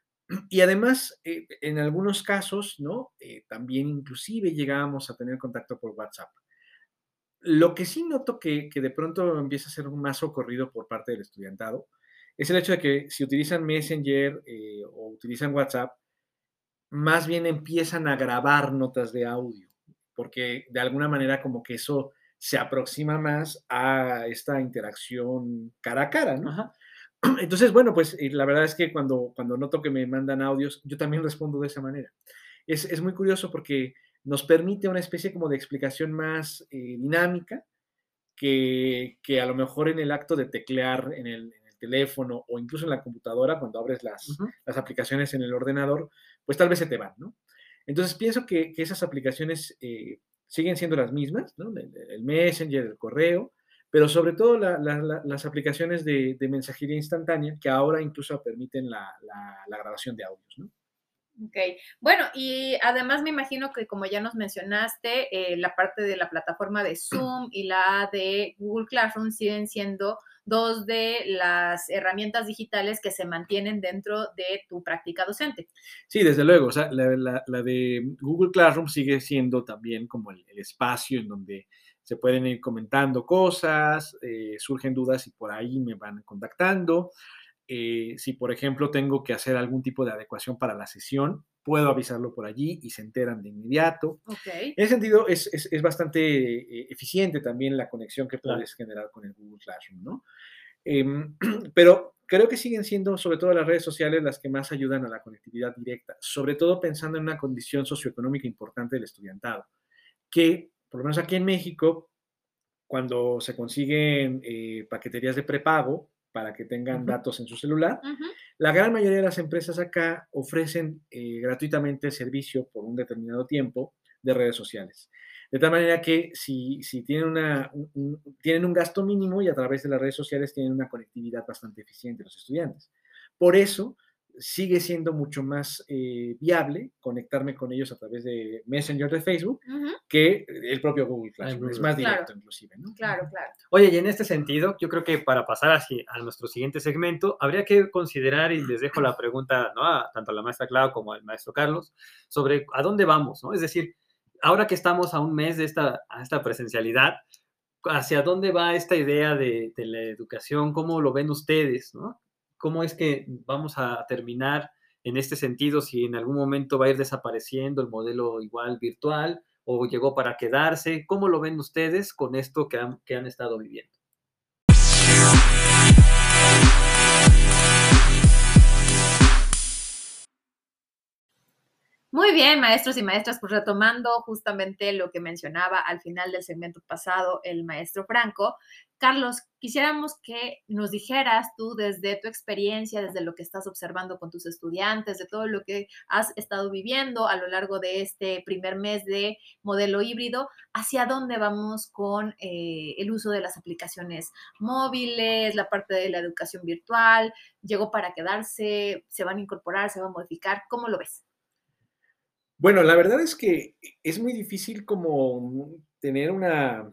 Speaker 3: y además, eh, en algunos casos, ¿no? Eh, también inclusive llegábamos a tener contacto por WhatsApp. Lo que sí noto que, que de pronto empieza a ser más socorrido por parte del estudiantado es el hecho de que si utilizan Messenger eh, o utilizan WhatsApp, más bien empiezan a grabar notas de audio, porque de alguna manera como que eso se aproxima más a esta interacción cara a cara, ¿no?
Speaker 2: Ajá.
Speaker 3: Entonces, bueno, pues eh, la verdad es que cuando, cuando noto que me mandan audios, yo también respondo de esa manera. Es, es muy curioso porque nos permite una especie como de explicación más eh, dinámica que, que, a lo mejor en el acto de teclear en el, en el teléfono o incluso en la computadora, cuando abres las, uh-huh. las aplicaciones en el ordenador, pues tal vez se te van, ¿no? Entonces pienso que, que esas aplicaciones eh, siguen siendo las mismas, ¿no? El, el Messenger, el correo, pero sobre todo la, la, la, las aplicaciones de, de mensajería instantánea que ahora incluso permiten la, la, la grabación de audios, ¿no?
Speaker 1: Ok, bueno, y además me imagino que como ya nos mencionaste, eh, la parte de la plataforma de Zoom y la de Google Classroom siguen siendo dos de las herramientas digitales que se mantienen dentro de tu práctica docente.
Speaker 3: Sí, desde luego, o sea, la, la, la de Google Classroom sigue siendo también como el, el espacio en donde se pueden ir comentando cosas, eh, surgen dudas y por ahí me van contactando. Eh, si, por ejemplo, tengo que hacer algún tipo de adecuación para la sesión, puedo avisarlo por allí y se enteran de inmediato.
Speaker 1: Okay.
Speaker 3: En ese sentido, es, es, es bastante eh, eficiente también la conexión que puedes claro. generar con el Google Classroom, ¿no? Eh, pero creo que siguen siendo, sobre todo las redes sociales, las que más ayudan a la conectividad directa, sobre todo pensando en una condición socioeconómica importante del estudiantado, que, por lo menos aquí en México, cuando se consiguen eh, paqueterías de prepago, para que tengan uh-huh. datos en su celular. Uh-huh. La gran mayoría de las empresas acá ofrecen eh, gratuitamente el servicio por un determinado tiempo de redes sociales. De tal manera que si, si tienen, una, un, un, tienen un gasto mínimo y a través de las redes sociales tienen una conectividad bastante eficiente los estudiantes. Por eso, sigue siendo mucho más eh, viable conectarme con ellos a través de Messenger de Facebook
Speaker 1: Ujú.
Speaker 3: que el propio Google Classroom.
Speaker 2: Google.
Speaker 3: Es más
Speaker 1: Claro.
Speaker 3: directo, inclusive, ¿no?
Speaker 1: Claro, claro.
Speaker 2: Oye, y en este sentido, yo creo que para pasar así a nuestro siguiente segmento, habría que considerar, y les dejo la pregunta, ¿no?, a, tanto a la maestra Clau como al maestro Carlos, sobre a dónde vamos, ¿no? Es decir, ahora que estamos a un mes de esta, a esta presencialidad, ¿hacia dónde va esta idea de, de la educación? ¿Cómo lo ven ustedes, no? ¿Cómo es que vamos a terminar en este sentido? Si en algún momento va a ir desapareciendo el modelo igual virtual o llegó para quedarse. ¿Cómo lo ven ustedes con esto que han, que han estado viviendo?
Speaker 1: Muy bien, maestros y maestras, pues retomando justamente lo que mencionaba al final del segmento pasado el maestro Franco. Carlos, quisiéramos que nos dijeras tú desde tu experiencia, desde lo que estás observando con tus estudiantes, de todo lo que has estado viviendo a lo largo de este primer mes de modelo híbrido, hacia dónde vamos con eh, el uso de las aplicaciones móviles, la parte de la educación virtual, llegó para quedarse, se van a incorporar, se va a modificar, ¿cómo lo ves?
Speaker 3: Bueno, la verdad es que es muy difícil como tener una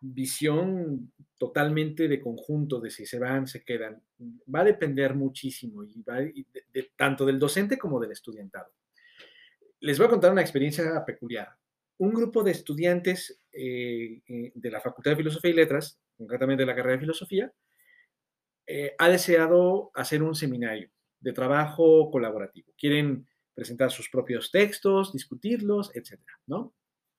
Speaker 3: visión totalmente de conjunto de si se van, se quedan. Va a depender muchísimo y va y de, de, tanto del docente como del estudiantado. Les voy a contar una experiencia peculiar. Un grupo de estudiantes eh, eh, de la Facultad de Filosofía y Letras, concretamente de la carrera de Filosofía, eh, ha deseado hacer un seminario de trabajo colaborativo. Quieren presentar sus propios textos, discutirlos, etcétera, ¿no?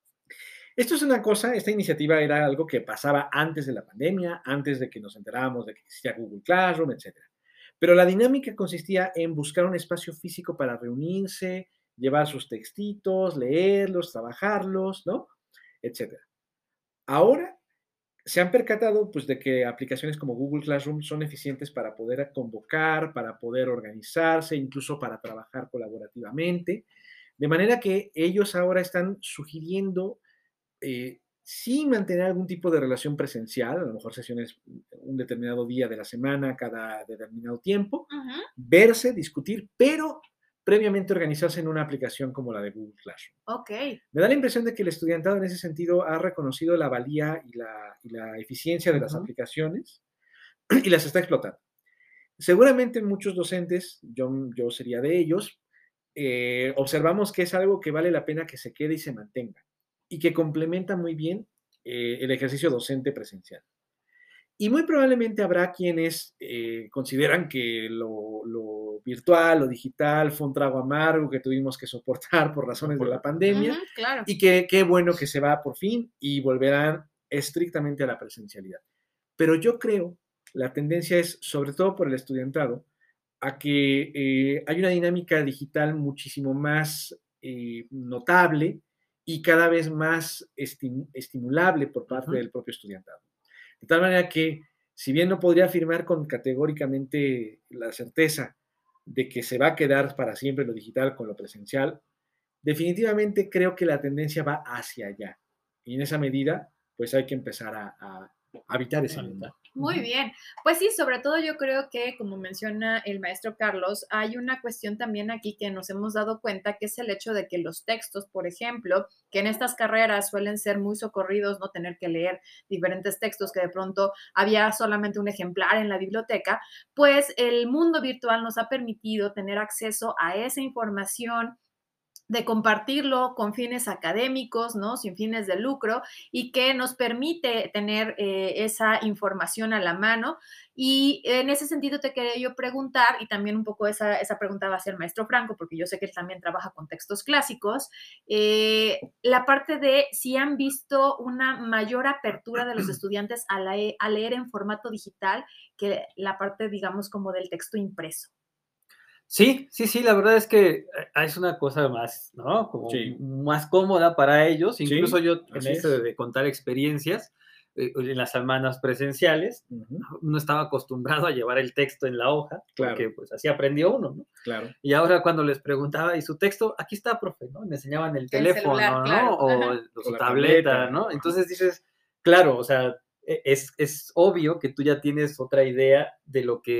Speaker 3: Esto es una cosa, esta iniciativa era algo que pasaba antes de la pandemia, antes de que nos enteráramos de que existía Google Classroom, etcétera. Pero la dinámica consistía en buscar un espacio físico para reunirse, llevar sus textitos, leerlos, trabajarlos, ¿no? Etcétera. Ahora se han percatado pues, de que aplicaciones como Google Classroom son eficientes para poder convocar, para poder organizarse, incluso para trabajar colaborativamente. De manera que ellos ahora están sugiriendo eh, sí mantener algún tipo de relación presencial, a lo mejor sesiones un determinado día de la semana, cada determinado tiempo,
Speaker 1: Uh-huh.
Speaker 3: verse, discutir, pero previamente organizarse en una aplicación como la de Google Classroom.
Speaker 1: Ok.
Speaker 3: Me da la impresión de que el estudiantado en ese sentido ha reconocido la valía y la, y la eficiencia de las
Speaker 2: Ujú.
Speaker 3: aplicaciones y las está explotando. Seguramente muchos docentes, yo, yo sería de ellos, eh, observamos que es algo que vale la pena que se quede y se mantenga y que complementa muy bien eh, el ejercicio docente presencial. Y muy probablemente habrá quienes eh, consideran que lo, lo virtual, lo digital fue un trago amargo que tuvimos que soportar por razones de la pandemia
Speaker 1: Uh-huh, claro.
Speaker 3: y que qué bueno que se va por fin y volverán estrictamente a la presencialidad. Pero yo creo, la tendencia es, sobre todo por el estudiantado, a que eh, hay una dinámica digital muchísimo más eh, notable y cada vez más estim estimulable por parte
Speaker 2: Ujú.
Speaker 3: del propio estudiantado. De tal manera que, si bien no podría afirmar con categóricamente la certeza de que se va a quedar para siempre lo digital con lo presencial, definitivamente creo que la tendencia va hacia allá. Y en esa medida, pues hay que empezar a, a habitar ese mundo.
Speaker 1: Muy bien. Pues sí, sobre todo yo creo que, como menciona el maestro Carlos, hay una cuestión también aquí que nos hemos dado cuenta, que es el hecho de que los textos, por ejemplo, que en estas carreras suelen ser muy socorridos, no tener que leer diferentes textos, que de pronto había solamente un ejemplar en la biblioteca, pues el mundo virtual nos ha permitido tener acceso a esa información, de compartirlo con fines académicos, ¿no? Sin fines de lucro, y que nos permite tener eh, esa información a la mano. Y en ese sentido te quería yo preguntar, y también un poco esa, esa pregunta va a ser el maestro Franco, porque yo sé que él también trabaja con textos clásicos, eh, la parte de si han visto una mayor apertura de los estudiantes a, la, a leer en formato digital que la parte, digamos, como del texto impreso.
Speaker 2: Sí, sí, sí, la verdad es que eh, es una cosa más, ¿no? Como
Speaker 3: Sí.
Speaker 2: más cómoda para ellos. Incluso
Speaker 3: Sí,
Speaker 2: yo, en
Speaker 3: así
Speaker 2: esto de,
Speaker 3: es.
Speaker 2: de contar experiencias, eh, en las semanas presenciales,
Speaker 3: Ujú,
Speaker 2: uno estaba acostumbrado a llevar el texto en la hoja,
Speaker 3: Claro.
Speaker 2: porque pues así aprendió uno, ¿no?
Speaker 3: Claro.
Speaker 2: Y ahora cuando les preguntaba, ¿y su texto? Aquí está, profe, ¿no? Me enseñaban el
Speaker 1: El
Speaker 2: teléfono,
Speaker 1: celular,
Speaker 2: ¿no?
Speaker 1: claro.
Speaker 2: O,
Speaker 1: Ajá.
Speaker 2: o
Speaker 3: O
Speaker 2: su
Speaker 3: la
Speaker 2: tableta,
Speaker 3: tableta.
Speaker 2: ¿no? Entonces dices, claro, o sea, e- es, es obvio que tú ya tienes otra idea de lo que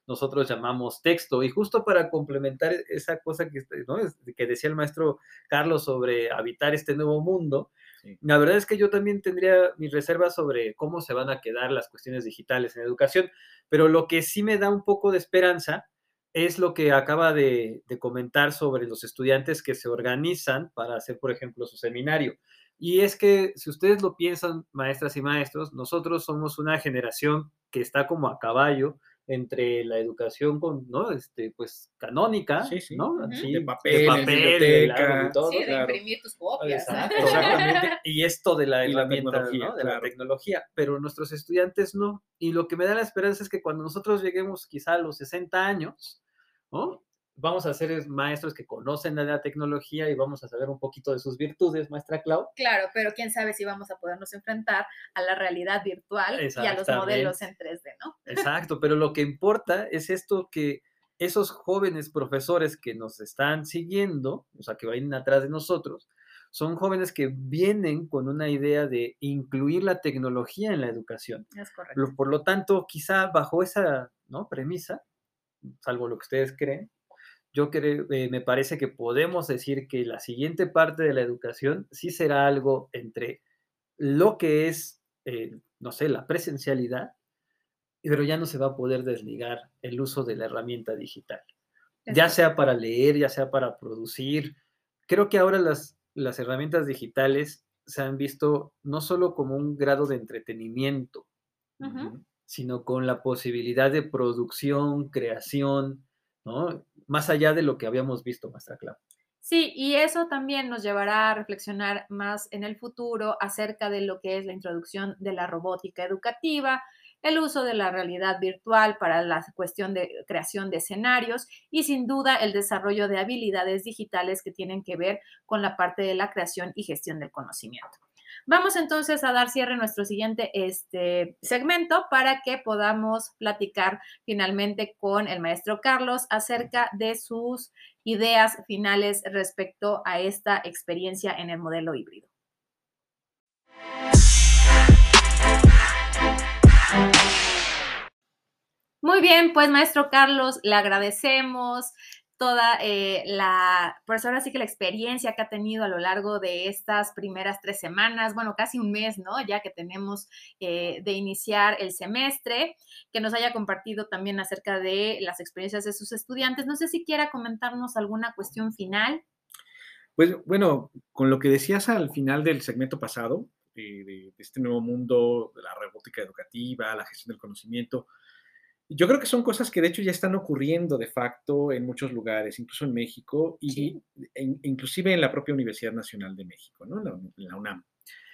Speaker 2: nosotros llamamos texto. Y justo para complementar esa cosa que, ¿no? que decía el maestro Carlos sobre habitar este nuevo mundo, sí. La verdad es que yo también tendría mis reservas sobre cómo se van a quedar las cuestiones digitales en educación, pero lo que sí me da un poco de esperanza es lo que acaba de, de comentar sobre los estudiantes que se organizan para hacer, por ejemplo, su seminario. Y es que, si ustedes lo piensan, maestras y maestros, nosotros somos una generación que está como a caballo entre la educación con, ¿no? Este, pues, canónica,
Speaker 3: sí, sí.
Speaker 2: ¿no?
Speaker 3: Uh-huh.
Speaker 2: Sí,
Speaker 3: de papel,
Speaker 2: de papel,
Speaker 3: biblioteca,
Speaker 2: y todo.
Speaker 1: Sí, de
Speaker 2: claro.
Speaker 1: imprimir tus copias.
Speaker 2: Exacto, exactamente. Y esto de la
Speaker 3: y
Speaker 2: herramienta,
Speaker 3: la tecnología,
Speaker 2: ¿no? De
Speaker 3: claro.
Speaker 2: la tecnología, pero nuestros estudiantes no. Y lo que me da la esperanza es que cuando nosotros lleguemos quizá a los sesenta años, ¿no? Vamos a ser maestros que conocen de la tecnología y vamos a saber un poquito de sus virtudes, maestra Clau.
Speaker 1: Claro, pero quién sabe si vamos a podernos enfrentar a la realidad virtual y a los modelos en tres D, ¿no?
Speaker 2: Exacto, pero lo que importa es esto, que esos jóvenes profesores que nos están siguiendo, o sea, que vienen atrás de nosotros, son jóvenes que vienen con una idea de incluir la tecnología en la educación.
Speaker 1: Es correcto.
Speaker 2: Por lo tanto, quizá bajo esa, ¿no? premisa, salvo lo que ustedes creen, yo creo, eh, me parece que podemos decir que la siguiente parte de la educación sí será algo entre lo que es, eh, no sé, la presencialidad, pero ya no se va a poder desligar el uso de la herramienta digital. Es ya sea para leer, ya sea para producir. Creo que ahora las, las herramientas digitales se han visto no solo como un grado de entretenimiento, uh-huh. sino con la posibilidad de producción, creación, ¿no? Más allá de lo que habíamos visto, maestra Clau.
Speaker 1: Sí, y eso también nos llevará a reflexionar más en el futuro acerca de lo que es la introducción de la robótica educativa, el uso de la realidad virtual para la cuestión de creación de escenarios y sin duda el desarrollo de habilidades digitales que tienen que ver con la parte de la creación y gestión del conocimiento. Vamos entonces a dar cierre a nuestro siguiente este, segmento para que podamos platicar finalmente con el maestro Carlos acerca de sus ideas finales respecto a esta experiencia en el modelo híbrido. Muy bien, pues maestro Carlos, le agradecemos toda eh, la, pues ahora sí que la experiencia que ha tenido a lo largo de estas primeras tres semanas, bueno, casi un mes, ¿no? Ya que tenemos eh, de iniciar el semestre, que nos haya compartido también acerca de las experiencias de sus estudiantes. No sé si quiera comentarnos alguna cuestión final.
Speaker 3: Pues bueno, con lo que decías al final del segmento pasado, de, de, de este nuevo mundo, de la robótica educativa, la gestión del conocimiento, yo creo que son cosas que de hecho ya están ocurriendo de facto en muchos lugares, incluso en México, y sí. en, inclusive en la propia Universidad Nacional de México, ¿no? la, la UNAM.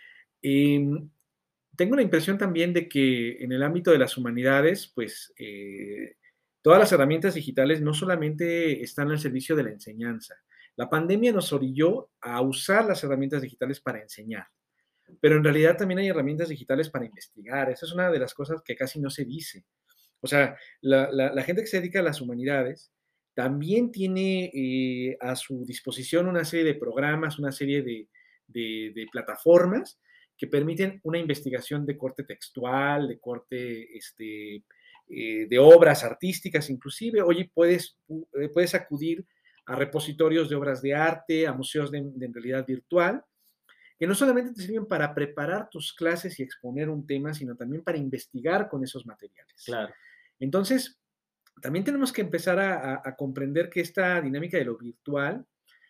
Speaker 3: Eh, tengo la impresión también de que en el ámbito de las humanidades, pues eh, todas las herramientas digitales no solamente están al servicio de la enseñanza. La pandemia nos orilló a usar las herramientas digitales para enseñar, pero en realidad también hay herramientas digitales para investigar. Esa es una de las cosas que casi no se dice. O sea, la, la, la gente que se dedica a las humanidades también tiene eh, a su disposición una serie de programas, una serie de, de, de plataformas que permiten una investigación de corte textual, de corte este, eh, de obras artísticas inclusive. Oye, puedes, puedes acudir a repositorios de obras de arte, a museos de, de realidad virtual, que no solamente te sirven para preparar tus clases y exponer un tema, sino también para investigar con esos materiales.
Speaker 2: Claro.
Speaker 3: Entonces, también tenemos que empezar a, a, a comprender que esta dinámica de lo virtual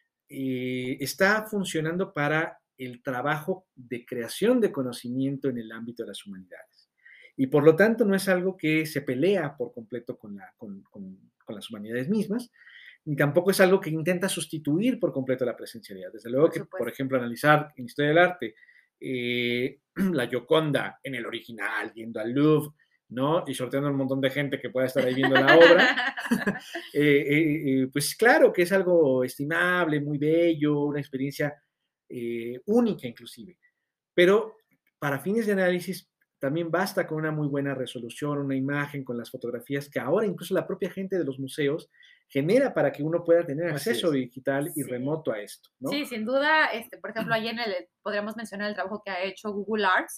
Speaker 3: eh, está funcionando para el trabajo de creación de conocimiento en el ámbito de las humanidades. Y por lo tanto, no es algo que se pelea por completo con, la, con, con, con las humanidades mismas, ni tampoco es algo que intenta sustituir por completo la presencialidad. Desde luego que, por ejemplo, analizar en Historia del Arte eh, la Gioconda en el original, yendo al Louvre, ¿no? Y sorteando un montón de gente que pueda estar ahí viendo la obra, eh, eh, eh, pues claro que es algo estimable, muy bello, una experiencia eh, única inclusive. Pero para fines de análisis también basta con una muy buena resolución, una imagen con las fotografías que ahora incluso la propia gente de los museos genera para que uno pueda tener acceso digital y sí. remoto a esto, ¿no?
Speaker 1: Sí, sin duda, este, por ejemplo, ahí en el, podríamos mencionar el trabajo que ha hecho Google Arts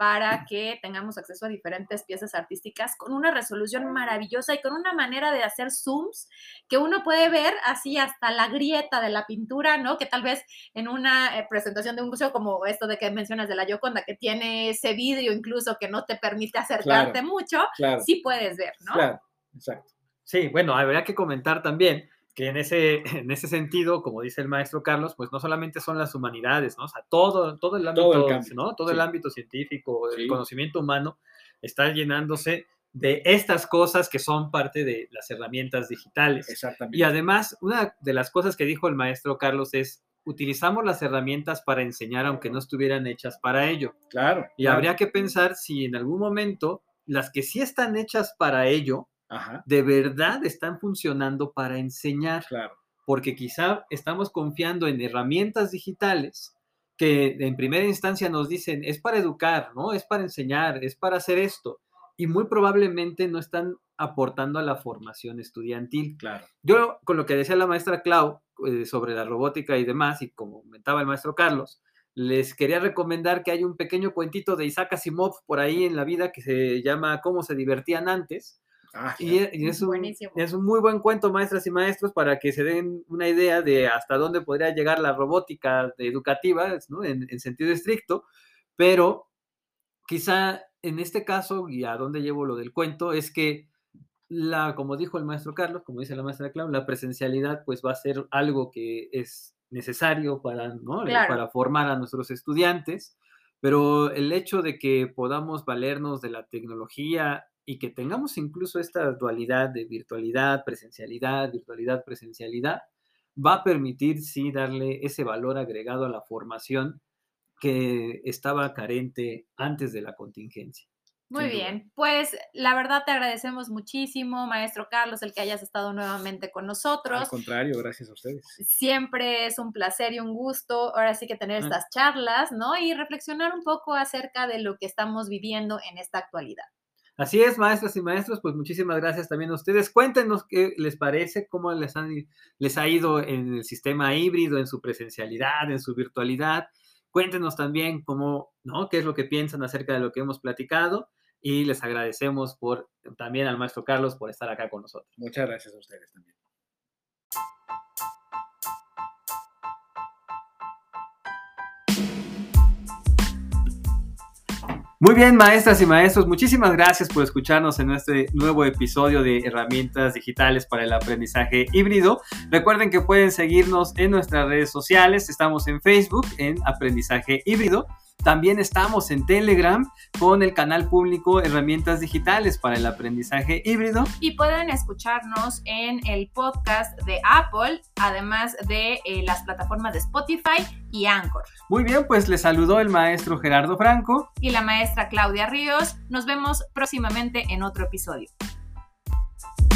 Speaker 1: para que tengamos acceso a diferentes piezas artísticas con una resolución maravillosa y con una manera de hacer zooms que uno puede ver así hasta la grieta de la pintura, ¿no? Que tal vez en una eh, presentación de un museo como esto de que mencionas de la Gioconda, que tiene ese vidrio incluso que no te permite acercarte
Speaker 3: Claro,
Speaker 1: mucho,
Speaker 3: claro.
Speaker 1: sí puedes ver, ¿no?
Speaker 3: Claro, exacto.
Speaker 2: Sí, bueno, habría que comentar también que en ese, en ese sentido, como dice el maestro Carlos, pues no solamente son las humanidades, ¿no? O sea, todo, todo el ámbito,
Speaker 3: Todo el campo,
Speaker 2: ¿no? Todo
Speaker 3: sí.
Speaker 2: el ámbito científico, el
Speaker 3: Sí.
Speaker 2: conocimiento humano está llenándose de estas cosas que son parte de las herramientas digitales.
Speaker 3: Exactamente.
Speaker 2: Y además, una de las cosas que dijo el maestro Carlos es, utilizamos las herramientas para enseñar aunque no estuvieran hechas para ello.
Speaker 3: Claro.
Speaker 2: Y
Speaker 3: claro.
Speaker 2: habría que pensar si en algún momento las que sí están hechas para ello,
Speaker 3: Ajá.
Speaker 2: de verdad están funcionando para enseñar.
Speaker 3: Claro.
Speaker 2: Porque quizá estamos confiando en herramientas digitales que en primera instancia nos dicen, es para educar, ¿no? Es para enseñar, es para hacer esto. Y muy probablemente no están aportando a la formación estudiantil.
Speaker 3: Claro.
Speaker 2: Yo, con lo que decía la maestra Clau eh, sobre la robótica y demás, y como comentaba el maestro Carlos, les quería recomendar que hay un pequeño cuentito de Isaac Asimov por ahí en la vida que se llama Cómo se divertían antes.
Speaker 3: Ah,
Speaker 2: Y,
Speaker 3: claro.
Speaker 2: y es, un,
Speaker 1: Buenísimo.
Speaker 2: es un muy buen cuento, maestras y maestros, para que se den una idea de hasta dónde podría llegar la robótica educativa, ¿no? en, en sentido estricto, pero quizá en este caso, y a dónde llevo lo del cuento, es que, la, como dijo el maestro Carlos, como dice la maestra Clau, la presencialidad pues va a ser algo que es necesario para, ¿no?
Speaker 1: Claro.
Speaker 2: para formar a nuestros estudiantes, pero el hecho de que podamos valernos de la tecnología y que tengamos incluso esta dualidad de virtualidad, presencialidad, virtualidad, presencialidad, va a permitir, sí, darle ese valor agregado a la formación que estaba carente antes de la contingencia.
Speaker 1: Muy
Speaker 3: Sin duda.
Speaker 1: bien, pues la verdad te agradecemos muchísimo, maestro Carlos, el que hayas estado nuevamente con
Speaker 3: Al
Speaker 1: nosotros.
Speaker 3: contrario, gracias a ustedes.
Speaker 1: Siempre es un placer y un gusto, ahora sí que tener
Speaker 2: Ah.
Speaker 1: estas charlas, ¿no? Y reflexionar un poco acerca de lo que estamos viviendo en esta actualidad.
Speaker 2: Así es, maestras y maestros, pues muchísimas gracias también a ustedes. Cuéntenos qué les parece, cómo les, han, les ha ido en el sistema híbrido, en su presencialidad, en su virtualidad. Cuéntenos también cómo, ¿no? qué es lo que piensan acerca de lo que hemos platicado. Y les agradecemos por, también al maestro Carlos por estar acá con nosotros.
Speaker 3: Muchas gracias a ustedes también.
Speaker 2: Muy bien, maestras y maestros, muchísimas gracias por escucharnos en este nuevo episodio de Herramientas Digitales para el Aprendizaje Híbrido. Recuerden que pueden seguirnos en nuestras redes sociales. Estamos en Facebook, en Aprendizaje Híbrido. También estamos en Telegram con el canal público Herramientas Digitales para el Aprendizaje Híbrido.
Speaker 1: Y pueden escucharnos en el podcast de Apple, además de eh, las plataformas de Spotify y Anchor.
Speaker 2: Muy bien, pues les saludó el maestro Gerardo Franco.
Speaker 1: Y la maestra Claudia Ríos. Nos vemos próximamente en otro episodio.